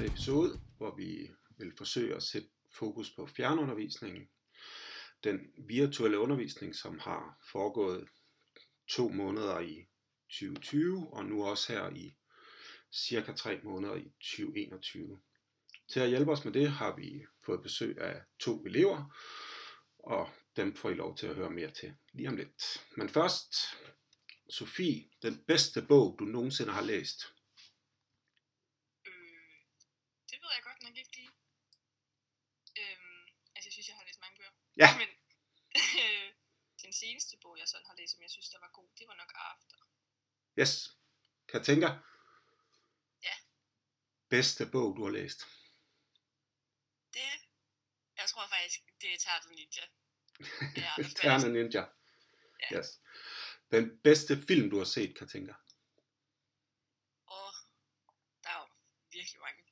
denne episode, hvor vi vil forsøge at sætte fokus på fjernundervisningen. Den virtuelle undervisning, som har foregået 2 måneder i 2020, og nu også her i cirka 3 måneder i 2021. Til at hjælpe os med det har vi fået besøg af 2 elever, og dem får I lov til at høre mere til lige om lidt. Men først, Sofie, den bedste bog, du nogensinde har læst? Det ved jeg godt nok ikke lige. Altså jeg synes, jeg har læst mange bøger. Ja. Men den seneste bog, jeg sådan har læst, som jeg synes, der var god, det var nok After. Yes. Katinka? Ja. Bedste bog, du har læst? Jeg tror faktisk, det er Tartet Ninja. Ja, Tartet Ninja. Ja. Yes. Den bedste film, du har set, Katinka? Der er jo virkelig mange.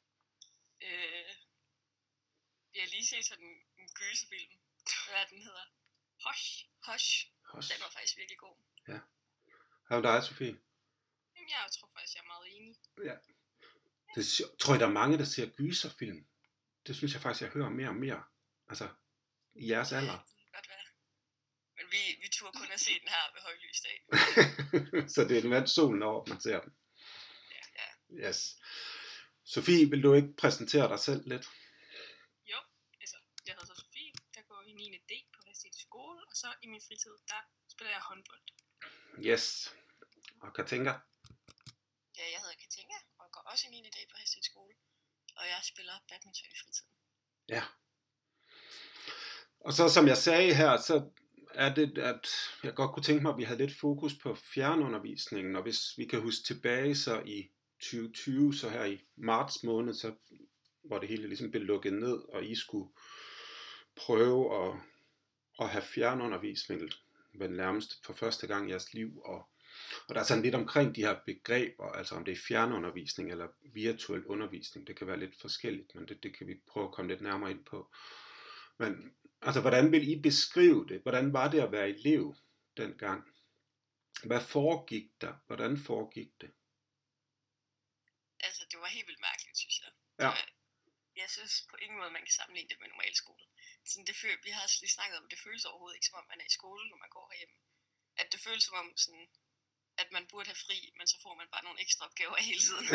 Vi har lige set sådan en gyserfilm. Hvad er den hedder? Hush. Den var faktisk virkelig god. Ja. Hvad med dig, Sofie? Jamen, jeg tror faktisk, jeg er meget enig. Ja. Tror I, der er mange, der ser gyserfilm? Det synes jeg faktisk, jeg hører mere og mere. Altså, i jeres alder. Det kan godt være. Men vi turde kun at se den her ved højlysdag. Så det er den solen over, man ser den. Ja. Yes. Sofie, vil du ikke præsentere dig selv lidt? Jo, altså, jeg hedder Sofie. Jeg går i 9. D på Vestens skole, og så i min fritid, der spiller jeg håndbold. Yes. Og Katinka? Ja, jeg hedder Katinka, og går også i 9. D på Hestens skole, og jeg spiller badminton i fritiden. Ja. Og så som jeg sagde her, så er det, at jeg godt kunne tænke mig, at vi havde lidt fokus på fjernundervisningen, og hvis vi kan huske tilbage, så i 2020, så her i marts måned, så hvor det hele ligesom blev lukket ned, og I skulle prøve at have fjernundervisning vel nærmest for første gang i jeres liv, og der er sådan lidt omkring de her begreber, altså om det er fjernundervisning eller virtuel undervisning, det kan være lidt forskelligt, men det kan vi prøve at komme lidt nærmere ind på. Men altså, hvordan vil I beskrive det? Hvordan var det at være elev dengang? Hvad foregik der? Hvordan foregik det? Altså, det var helt vildt mærkeligt, synes jeg. Ja. Jeg synes på ingen måde, man kan sammenligne det med normal skole. Sådan, vi har også lige snakket om, det føles overhovedet ikke, som om man er i skole, når man går herhjemme. At det føles som om, sådan, at man burde have fri, men så får man bare nogle ekstra opgaver hele tiden.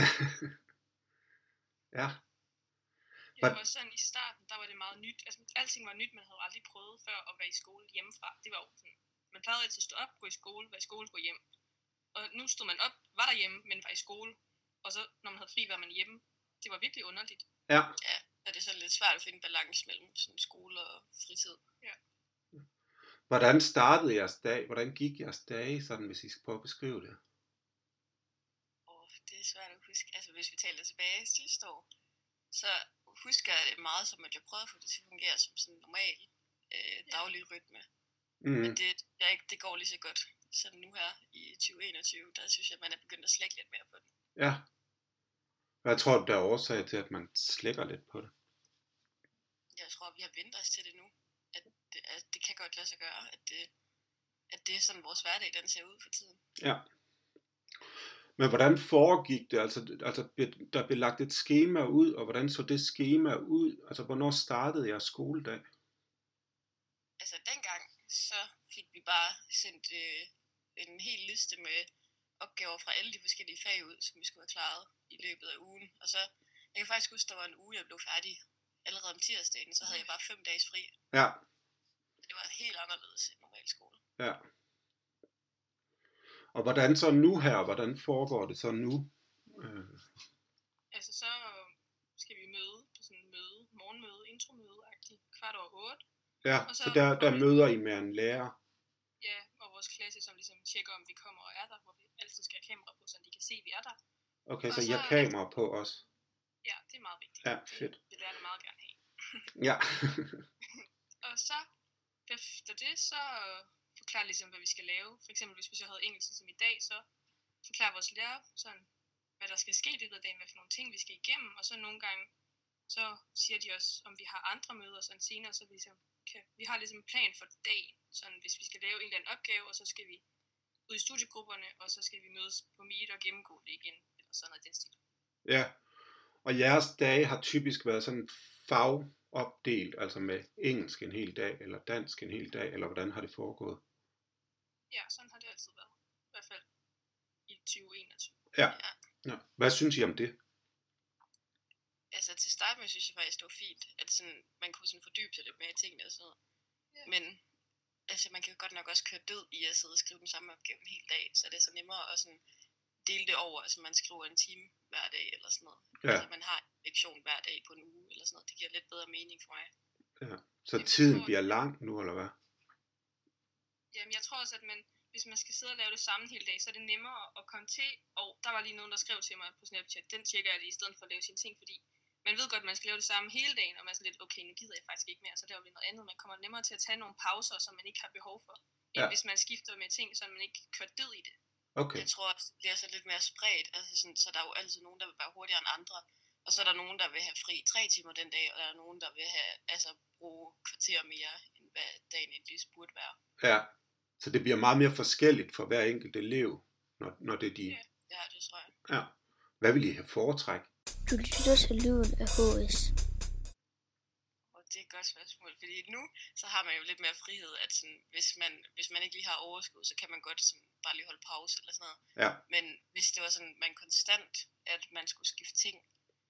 Ja. Det var sådan i starten, der var det meget nyt. Altså, alting var nyt, man havde aldrig prøvet før at være i skole hjemmefra. Det var jo sådan, man plejede altid at stå op, gå i skole, være i skole, gå hjem. Og nu stod man op, var derhjemme, men var i skole. Og så, når man havde fri, var man hjemme. Det var virkelig underligt. Ja. Ja, og det er så lidt svært at finde balance mellem sådan skole og fritid. Ja. Hvordan startede jeres dag? Hvordan gik jeres dage, sådan, hvis I skal prøve at beskrive det? Det er svært at huske. Altså, hvis vi taler tilbage sidste år, så husker jeg det meget som, at jeg prøvede at få det til at fungere som sådan en normal daglig rytme. Men det går lige så godt. Så nu her i 2021, der synes jeg, at man er begyndt at slække lidt mere på det. Ja. Hvad tror du, der er årsag til, at man slækker lidt på det? Jeg tror, vi har vendt os til det nu. At det kan godt lade sig gøre, at det er sådan, vores hverdag, den ser ud for tiden. Ja. Men hvordan foregik det? Altså der blev lagt et skema ud, og hvordan så det skema ud? Altså, hvornår startede jeres skoledag? Altså, dengang, så fik vi bare sendt en hel liste med opgaver fra alle de forskellige fag ud, som vi skulle have klaret i løbet af ugen. Og så, jeg kan faktisk huske, der var en uge, jeg blev færdig allerede om tirsdagen, så havde jeg bare 5 dages fri. Ja. Det var helt anderledes end normal skole. Ja. Og hvordan så nu her? Hvordan foregår det så nu? Altså, så skal vi møde på sådan en morgenmøde, intromøde-agtigt, 7:15. Ja, og så der møder I med en lærer. Ja, og vores klasse, som ligesom tjekker, om vi kommer og er der, hvor vi altid skal have kamera på, så de kan se, at vi er der. Okay, så I har kamera på os? Ja, det er meget vigtigt. Ja, fedt. Det lærer jeg meget gerne have. Ja. Og så, efter det, så forklarer ligesom, hvad vi skal lave. For eksempel, hvis vi så havde engelsk som i dag, så forklarer vores lærer sådan, hvad der skal ske i løbet af dagen, hvad for nogle ting, vi skal igennem. Og så nogle gange, så siger de også, om vi har andre møder sådan senere, så vi ligesom vi har ligesom en plan for dagen. Sådan, hvis vi skal lave en eller anden opgave, og så skal vi ud i studiegrupperne, og så skal vi mødes på Meet og gennemgå det igen, eller sådan noget den stil. Ja, Og jeres dage har typisk været sådan fagopdelt, altså med engelsk en hel dag, eller dansk en hel dag, eller hvordan har det foregået? Ja, sådan har det altid været. I hvert fald i 2021. Ja. Ja. Hvad synes I om det? Altså til start med synes jeg faktisk, det var fint, at sådan, man kunne sådan fordybe sig lidt mere i tingene og sådan noget. Ja. Men altså, man kan jo godt nok også køre død i at sidde og skrive den samme opgave en hel dag, så det er så nemmere at sådan dele det over, altså man skriver en time hver dag eller sådan noget. Ja. Altså man har en lektion hver dag på en uge eller sådan noget. Det giver lidt bedre mening for mig. Ja. Så tiden bliver lang nu, eller hvad? Jamen, jeg tror også, at hvis man skal sidde og lave det samme hele dag, så er det nemmere at komme til. Og der var lige nogen, der skrev til mig på Snapchat, den tjekker jeg lige i stedet for at lave sine ting, fordi man ved godt, at man skal lave det samme hele dagen, og man er sådan lidt, okay, nu gider jeg faktisk ikke mere, så laver vi noget andet. Man kommer nemmere til at tage nogle pauser, som man ikke har behov for, end hvis man skifter med ting, så man ikke kører død i det. Okay. Jeg tror også, det er så lidt mere spredt, altså sådan, så der er jo altid nogen, der vil være hurtigere end andre. Og så er der nogen, der vil have fri 3 timer den dag, og der er nogen, der vil have, altså, bruge kvarter mere, end hvad dagen egentlig burde være. Ja, så det bliver meget mere forskelligt for hver enkelt elev, når det er de... Ja, det tror jeg. Ja. Hvad vil I have foretræk? Du lytter til lyden af HS. Og det er et godt spørgsmål, fordi nu, så har man jo lidt mere frihed, at sådan, hvis man ikke lige har overskud, så kan man godt sådan, bare lige holde pause eller sådan noget. Ja. Men hvis det var sådan, man konstant, at man skulle skifte ting,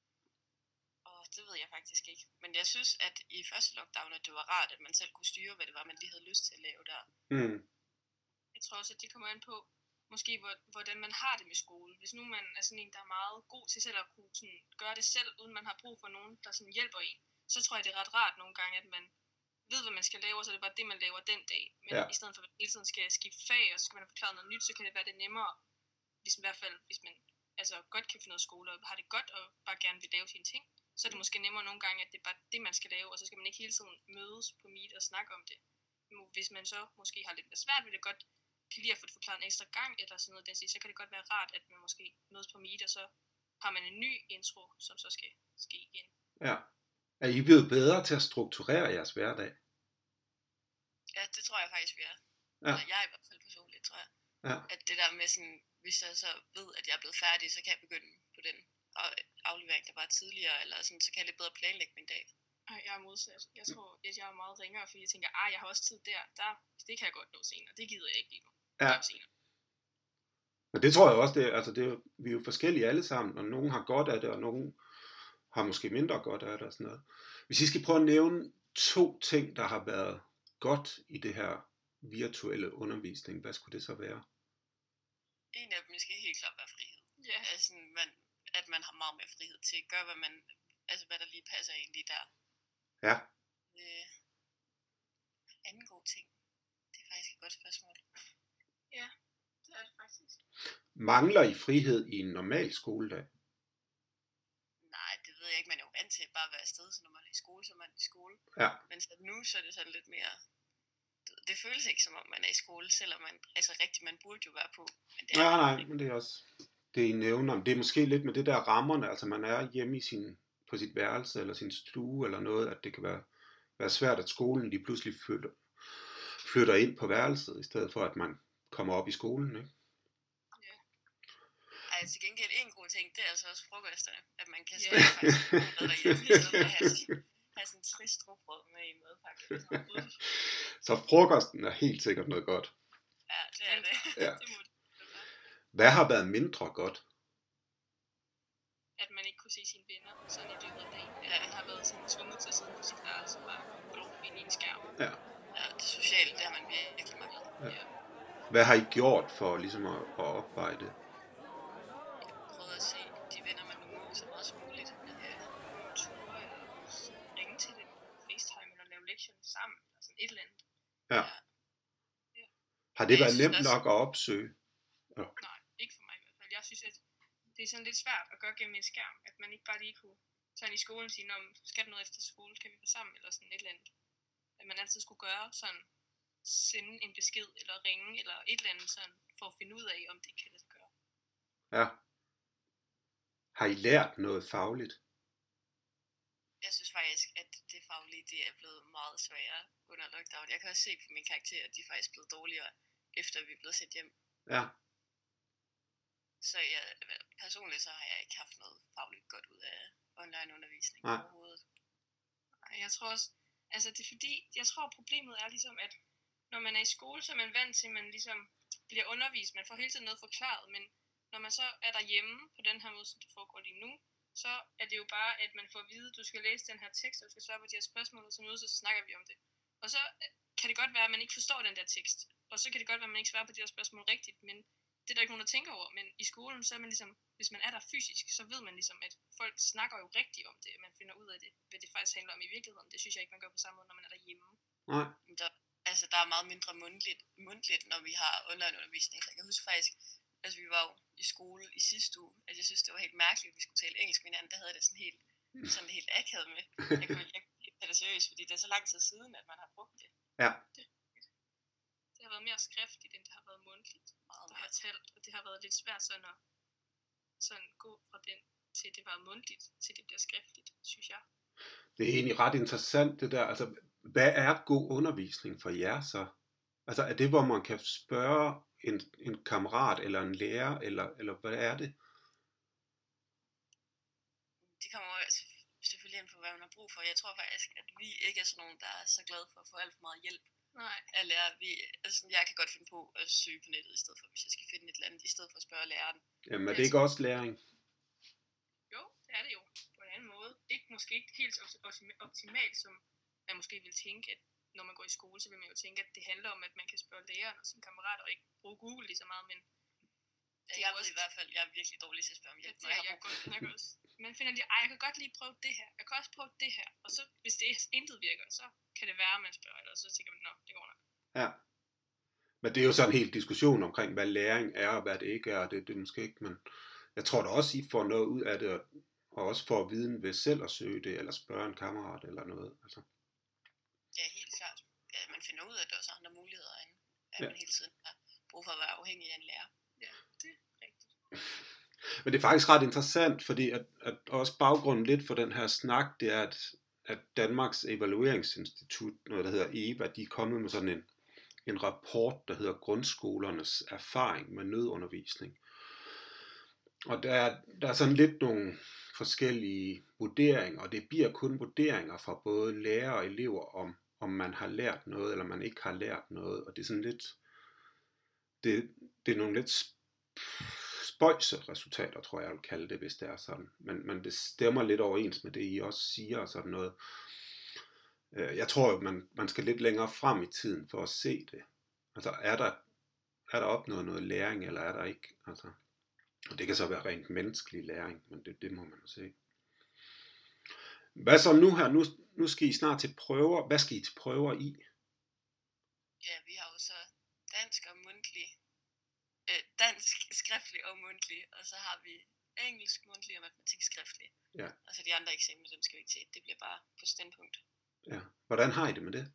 det ved jeg faktisk ikke. Men jeg synes, at i første lockdown, at det var rart, at man selv kunne styre, hvad det var, man lige havde lyst til at lave der. Mm. Jeg tror også, at det kommer an på, måske hvordan man har det med skole. Hvis nu man er sådan en, der er meget god til selv at kunne sådan, gøre det selv, uden man har brug for nogen, der sådan hjælper en, så tror jeg, det er ret rart nogle gange, at man ved, hvad man skal lave, og så er det bare det, man laver den dag. Men i stedet for, at man hele tiden skal skifte fag, og så skal man have forklaret noget nyt, så kan det være det nemmere, i hvert fald, hvis man altså godt kan finde noget skole, og har det godt, og bare gerne vil lave sine ting, så er det måske nemmere nogle gange, at det er bare det, man skal lave, og så skal man ikke hele tiden mødes på Meet og snakke om det. Hvis man så måske har lidt mere svært ved det godt, kan lige at få det forklaret en ekstra gang, eller sådan noget, så kan det godt være rart, at man måske mødes på Meet, og så har man en ny intro, som så skal ske igen. Ja. Er I blevet bedre til at strukturere jeres hverdag? Ja, det tror jeg faktisk, vi er. Ja. Eller jeg i hvert fald personligt, tror jeg. Ja. At det der med sådan, hvis jeg så ved, at jeg er blevet færdig, så kan jeg begynde på den aflevering, der var tidligere, eller sådan, så kan jeg lidt bedre planlægge min dag. Ej, jeg er modsat. Jeg tror, at jeg er meget ringere, fordi jeg tænker, jeg har også tid der, det kan jeg godt nå senere. Det gider jeg ikke lige nu. Ja. Men det tror jeg også, vi er jo forskellige alle sammen, og nogen har godt af det, og nogen har måske mindre godt af det og sådan noget. Hvis I skal prøve at nævne 2 ting, der har været godt i det her virtuelle undervisning, hvad skulle det så være? En af dem skal helt klart være frihed. Ja. Altså, at man har meget mere frihed til at gøre, hvad der lige passer egentlig der. Ja. Anden god ting. Det er faktisk et godt spørgsmål. Ja, det er det faktisk. Mangler I frihed i en normal skoledag? Nej, det ved jeg ikke. Man er jo vant til bare at være afsted, så når man er i skole, så er man i skole. Ja. Men så nu, så er det sådan lidt mere... Det føles ikke som om man er i skole, selvom man burde jo være på. Men det er Nej, men det er også det I nævner. Det er måske lidt med det der rammerne, altså man er hjemme på sit værelse eller sin stue eller noget, at det kan være svært, at skolen de pludselig flytter ind på værelset, i stedet for at man kommer op i skolen, ikke? Ja. Ej, til gengæld en god ting, det er altså også frokosterne, at man kan spille faktisk noget derhjemme, i stedet for at have sådan en trist rugbrød med i madpakke. Så frokosten er helt sikkert noget godt. Ja, det er det. Ja. Det må det Hvad har været mindre godt? at man ikke kunne se sine venner sådan i løbet af dagen. At man har været sådan tvunget til at sidde på sit værelse og bare glo ind i en skærm. Ja. Ja, det sociale, det har man virkelig manglet. Ja. Hvad har I gjort for ligesom at opveje det? Jeg prøvede at se de venner, man nu møder så meget som muligt. Ture eller ringe til dem, FaceTime eller lave lektier sammen, eller sådan et eller andet. Ja. Har det Ja, jeg været synes nemt også- nok at opsøge? Nej, ikke for mig i hvert fald. Jeg synes, at det er sådan lidt svært at gøre gennem en skærm, at man ikke bare lige kunne tage i skolen og sige, om skal der noget efter skole, kan vi være sammen, eller sådan et eller andet. At man altid skulle gøre sådan, sende en besked, eller ringe, eller et eller andet sådan, for at finde ud af, om det kan lade sig gøre. Ja. Har I lært noget fagligt? Jeg synes faktisk, at det faglige, det er blevet meget sværere under lockdown. Jeg kan også se på mine karakterer, at de er faktisk blevet dårligere, efter vi er blevet sendt hjem. Ja. Så personligt så har jeg ikke haft noget fagligt godt ud af online undervisning Nej. overhovedet. Nej, jeg tror også, altså det er fordi, jeg tror problemet er ligesom, at når man er i skole, så er man vant til, at man ligesom bliver undervist, man får hele tiden noget forklaret, men når man så er derhjemme på den her måde, som det foregår lige nu, så er det jo bare, at man får at vide, at du skal læse den her tekst, og du skal svare på de her spørgsmål, og så mødes, og så snakker vi om det. Og så kan det godt være, at man ikke forstår den der tekst, og så kan det godt være, at man ikke svarer på de her spørgsmål rigtigt, men det er der ikke nogen, der tænker over. Men i skolen, så er man ligesom, hvis man er der fysisk, så ved man ligesom, at folk snakker jo rigtigt om det, man finder ud af det, hvad det faktisk handler om i virkeligheden. Det synes jeg ikke, man gør på samme måde, når man er derhjemme. Nej. Der er meget mindre mundtligt, når vi har online undervisning. Så jeg kan huske faktisk, altså vi var jo i skole i sidste uge, at jeg synes, det var helt mærkeligt, at vi skulle tale engelsk med hinanden. Der havde det sådan helt akavet med. Jeg kan ikke tage det seriøst, fordi det er så lang tid siden, at man har brugt det. Ja. Det har været mere skriftligt, end det har været mundtligt. Der har talt, og det har været lidt svært sådan at gå fra den til det var mundtligt, til det bliver skriftligt, synes jeg. Det er egentlig ret interessant det der, altså hvad er god undervisning for jer så? Altså er det, hvor man kan spørge en kammerat eller en lærer, eller hvad er det? Det kommer jo selvfølgelig ind på, hvad man har brug for. Jeg tror faktisk, at vi ikke er sådan nogen, der er så glade for at få alt for meget hjælp. Nej. Af lærer. Jeg kan godt finde på at søge på nettet, i stedet for, hvis jeg skal finde et eller andet, i stedet for at spørge læreren. Jamen er det ikke også læring? Jo, det er det jo. På en anden måde. Måske ikke helt optimalt, som man måske vil tænke, at når man går i skole, så vil man jo tænke, at det handler om, at man kan spørge læreren og sine kammerater, og ikke bruge Google lige så meget, men jeg ved i hvert fald, jeg er virkelig dårlig til at spørge om hjælp. Det er jeg godt også. Man finder lige, jeg kan godt lige prøve det her, jeg kan også prøve det her, og så hvis det intet virker, så kan det være, at man spørger, eller så tænker man, nå, det går nok. Ja. Men det er jo sådan en hel diskussion omkring, hvad læring er, og hvad det ikke er, det er måske ikke, men jeg tror da også, I får noget ud af det, og også får viden ved selv at søge det, eller spørge en kammerat, eller noget, altså. Ja, helt klart. Ja, man finder ud af, at der også er andre muligheder, end at man hele tiden har brug for at være afhængig af en lærer. Ja, det er rigtigt. Men det er faktisk ret interessant, fordi at også baggrunden lidt for den her snak, det er, at Danmarks Evalueringsinstitut, noget der hedder EVA, de er kommet med sådan en rapport, der hedder Grundskolernes erfaring med nødundervisning. Og der er sådan lidt nogle forskellige vurderinger, og det bliver kun vurderinger fra både lærere og elever, om man har lært noget, eller man ikke har lært noget, og det er sådan lidt, det er nogle lidt spøjse resultater, tror jeg vil kalde det, hvis det er sådan. Men det stemmer lidt overens med det, I også siger, og sådan noget. Jeg tror jo, man skal lidt længere frem i tiden for at se det. Altså, er der opnået noget læring, eller er der ikke? Altså, og det kan så være rent menneskelig læring, men det må man jo se. Hvad så nu her? Nu skal I snart til prøver. Hvad skal I til prøver i? Ja, vi har jo så dansk og mundtlig. Dansk skriftlig og mundtlig, og så har vi engelsk mundtlig og matematik skriftlig. Ja. Og så de andre eksamener, dem skal vi ikke til. Det bliver bare på standpunkt. Ja. Hvordan har I det med det?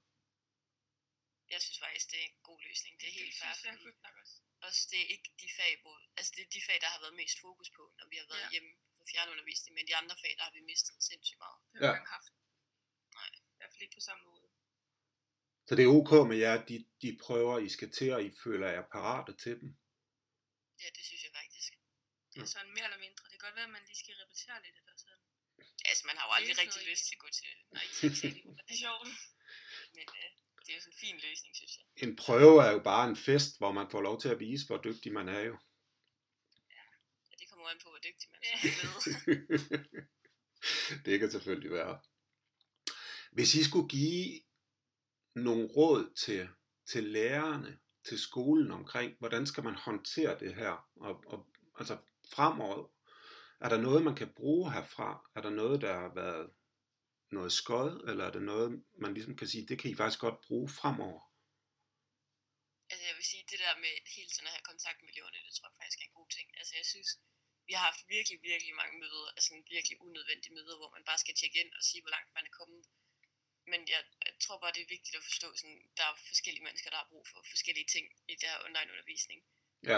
Jeg synes faktisk, det er en god løsning. Det er helt fair. Det er godt nok også. Også det er ikke de fag, det er de fag, der har været mest fokus på, når vi har været hjemme for fjernundervisning. Men de andre fag, der har vi mistet sindssygt meget. Det har vi ikke haft. Nej, i hvert fald ikke på samme måde. Så det er ok med jer, de prøver, I skal til, og I føler jer parate til dem? Ja, det synes jeg faktisk. Det er sådan mere eller mindre. Det kan godt være, at man lige skal repetere lidt eller sådan. Altså, man har jo aldrig rigtig lyst til at gå til eksamen. Det er sjovt. Men det er jo sådan en fin løsning, synes jeg. En prøve er jo bare en fest, hvor man får lov til at vise, hvor dygtig man er jo. Ja, det kommer an på, hvor dygtig man er blevet. Det kan selvfølgelig være. Hvis I skulle give nogle råd til lærerne, til skolen omkring, hvordan skal man håndtere det her? Og altså fremover, er der noget, man kan bruge herfra? Er der noget, der har været noget skod, eller er det noget, man ligesom kan sige, det kan I faktisk godt bruge fremover? Altså jeg vil sige, det der med hele tiden at have kontakt med eleverne, det tror jeg faktisk er en god ting. Altså jeg synes, vi har haft virkelig, virkelig mange møder, altså virkelig unødvendige møder, hvor man bare skal tjekke ind og sige, hvor langt man er kommet. Men jeg tror bare, det er vigtigt at forstå, sådan, der er forskellige mennesker, der har brug for forskellige ting i det her online undervisning. Ja.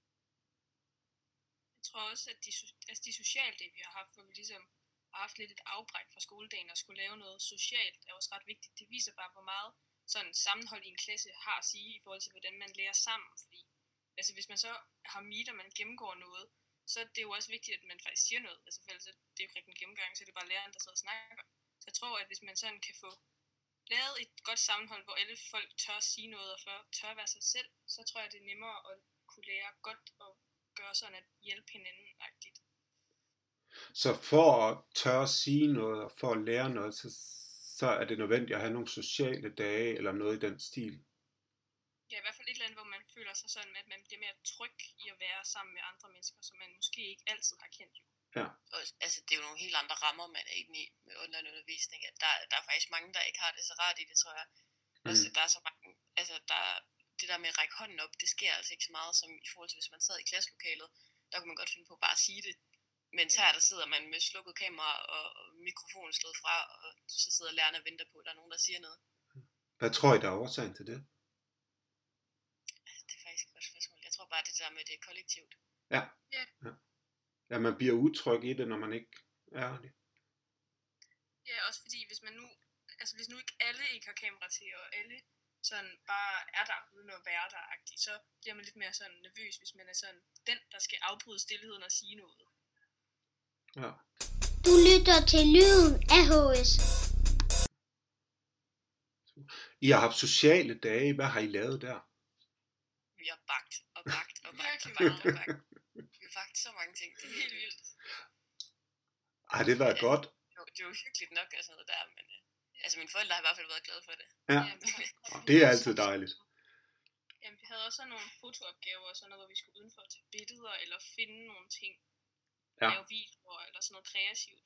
Jeg tror også, at de sociale dage, vi har haft, hvor vi ligesom har haft lidt et afbræk fra skoledagen og skulle lave noget socialt, er også ret vigtigt. Det viser bare, hvor meget sådan sammenhold i en klasse har at sige i forhold til, hvordan man lærer sammen. Fordi altså, hvis man så har meet, og man gennemgår noget, så det er jo også vigtigt, at man faktisk siger noget. Altså for ellers det er jo ikke en gennemgang, så det er bare læreren, der sidder og snakker. Så jeg tror, at hvis man sådan kan få lavet et godt sammenhold, hvor alle folk tør at sige noget og tør være sig selv, så tror jeg, det er nemmere at kunne lære godt og gøre sådan at hjælpe hinanden-agtigt. Så for at tør at sige noget og for at lære noget, så er det nødvendigt at have nogle sociale dage eller noget i den stil. Ja, i hvert fald et eller andet, hvor man føler sig sådan, at man bliver mere tryg i at være sammen med andre mennesker, som man måske ikke altid har kendt jo. Ja. Og, altså, det er jo nogle helt andre rammer, man er inde i med online-undervisning. At der er faktisk mange, der ikke har det så rart i det, tror jeg. Altså, der er så mange, altså, det der med at række hånden op, det sker altså ikke så meget, som i forhold til, hvis man sad i klasselokalet. Der kunne man godt finde på bare at sige det. Mens her, der sidder man med slukket kamera og mikrofonen slået fra, og så sidder lærerne og venter på, at der er nogen, der siger noget. Hvad tror I, der er årsagen til det? Altså, det er faktisk et godt spørgsmål. Jeg tror bare, det der med, det er kollektivt. Ja. Ja, man bliver utryg i det, når man ikke er det. Ja, også fordi hvis nu ikke alle ikke har kamera til, og alle sådan bare er der, uden at være der-agtigt, så bliver man lidt mere sådan nervøs, hvis man er sådan den, der skal afbryde stillheden og sige noget. Ja. Du lytter til lyden af HS. I har haft sociale dage. Hvad har I lavet der? Vi har bagt og bagt og bagt og Virkelig bagt og bagt. Vi har bagt så mange ting. Det er helt vildt. Ej, det var godt. Det er jo hyggeligt nok og sådan noget der, men altså mine forældre har i hvert fald været glade for det. Ja. Og det er altid dejligt. Jamen, vi havde også sådan nogle fotoopgaver og sådan noget, hvor vi skulle udenfor tage billeder eller finde nogle ting. Ja. Lave videoer eller sådan noget kreativt.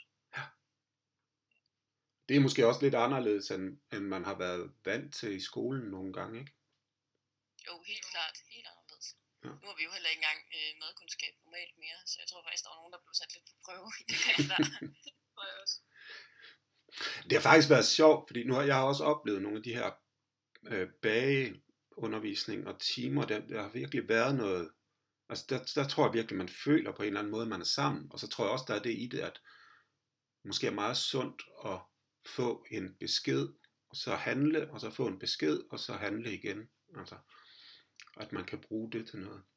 Det er måske også lidt anderledes, end man har været vant til i skolen nogle gange, ikke? Jo, helt klart. Helt anderledes. Ja. Nu har vi jo heller ikke engang madkundskab normalt mere, så jeg tror faktisk, der var nogen, der blev sat lidt på prøve i det fag der. Det tror jeg også. Det har faktisk været sjovt, fordi nu har jeg også oplevet nogle af de her bageundervisning og timer, der har virkelig været noget. Altså der tror jeg virkelig, man føler på en eller anden måde, man er sammen. Og så tror jeg også, der er det i det, at måske er meget sundt at få en besked, og så handle, og så få en besked, og så handle igen. Altså, at man kan bruge det til noget.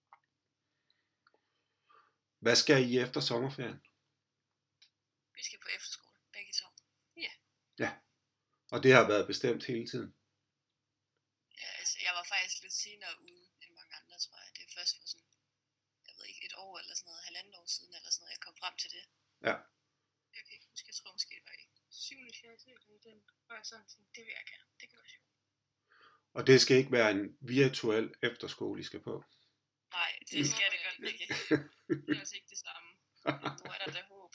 Hvad skal I efter sommerferien? Vi skal på efterskole, begge to. Ja, og det har været bestemt hele tiden. Ja, altså jeg var faktisk lidt senere ude end mange andre, tror jeg. Det er først for sådan, jeg ved ikke, et år eller sådan noget, 1,5 år siden eller sådan noget, jeg kom frem til det. Ja. Jeg kan ikke huske, jeg tror måske det var i 7. klasse eller den, hvor jeg sådan tænkte, det vil jeg gerne, det kan være sjovt. Og det skal ikke være en virtuel efterskole, I skal på. Nej, det skal det godt ikke. Det er altså ikke det samme. Nu er der da håb.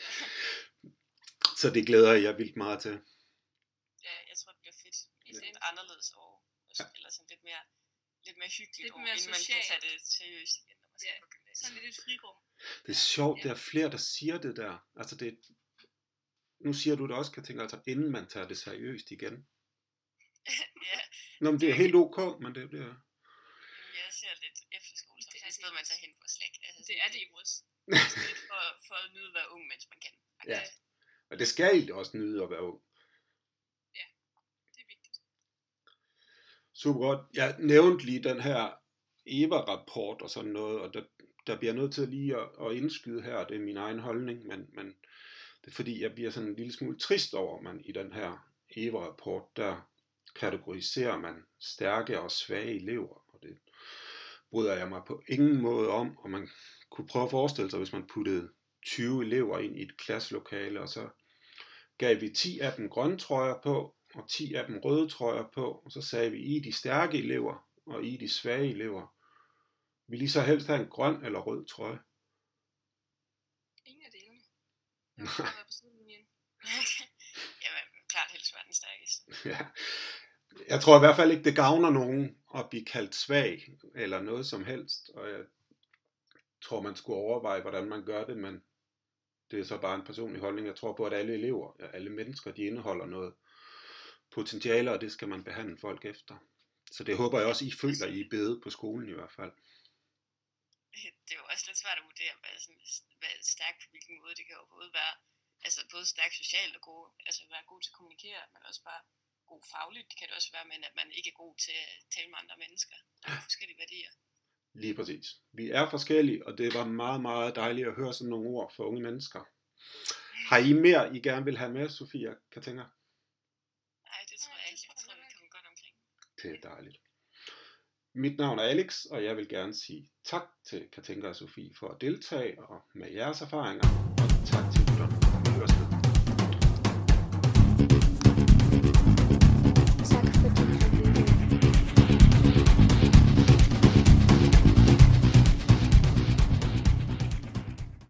Så det glæder jeg vildt meget til. Ja, jeg tror, det bliver fedt. I sådan et anderledes år. Eller sådan lidt mere hyggeligt Lidt år, mere inden man kan socialt. tage det seriøst igen, når man skal på gymnasiet. Sådan lidt et frirum. Det er sjovt, der er flere, der siger det der. Altså det, nu siger du det også, kan tænke, altså inden man tager det seriøst igen. Ja, Nå, men det er helt ok, men det bliver... jeg ser lidt efterskole som et sted, man tager hen for slæk. Altså, Det er det jo også. lidt for at nyde at være ung, mens man kan. Ja. Og det skal I også nyde at være ung. Det er vigtigt. Super godt. Jeg nævnte lige den her EVA-rapport og sådan noget, og der bliver nødt til lige at indskyde her, det er min egen holdning, men det er fordi, jeg bliver sådan en lille smule trist over, at man i den her EVA-rapport, der kategoriserer man stærke og svage elever, og det bryder jeg mig på ingen måde om, og man kunne prøve at forestille sig, hvis man puttede 20 elever ind i et klasselokale, og så gav vi 10 af dem grønne trøjer på, og 10 af dem røde trøjer på, og så sagde vi, I er de stærke elever, og I er de svage elever. Vil I så helst have en grøn eller rød trøje? Ingen af delene. Jeg vil bare være på sidelinjen. Jamen, klart helst være den stærkeste. Ja. Jeg tror i hvert fald ikke, det gavner nogen at blive kaldt svag, eller noget som helst, og jeg tror, man skulle overveje, hvordan man gør det, men det er så bare en personlig holdning. Jeg tror på, at alle elever, alle mennesker, de indeholder noget potentiale, og det skal man behandle folk efter. Så det håber jeg også, I føler, I er bedre på skolen i hvert fald. Det er jo også lidt svært at vurdere, hvad er stærkt på hvilken måde. Det kan jo både være både stærkt socialt og god, altså være god til at kommunikere, men også bare god fagligt. Det kan det også være, men at man ikke er god til at tale med andre mennesker. Der er forskellige værdier. Lige præcis. Vi er forskellige, og det var meget, meget dejligt at høre sådan nogle ord for unge mennesker. Har I mere, I gerne vil have med, Sofie og Katinka? Nej, det tror jeg ikke. Jeg tror, vi kommer godt omkring. Det er dejligt. Mit navn er Alex, og jeg vil gerne sige tak til Katinka og Sofie for at deltage og med jeres erfaringer, og tak til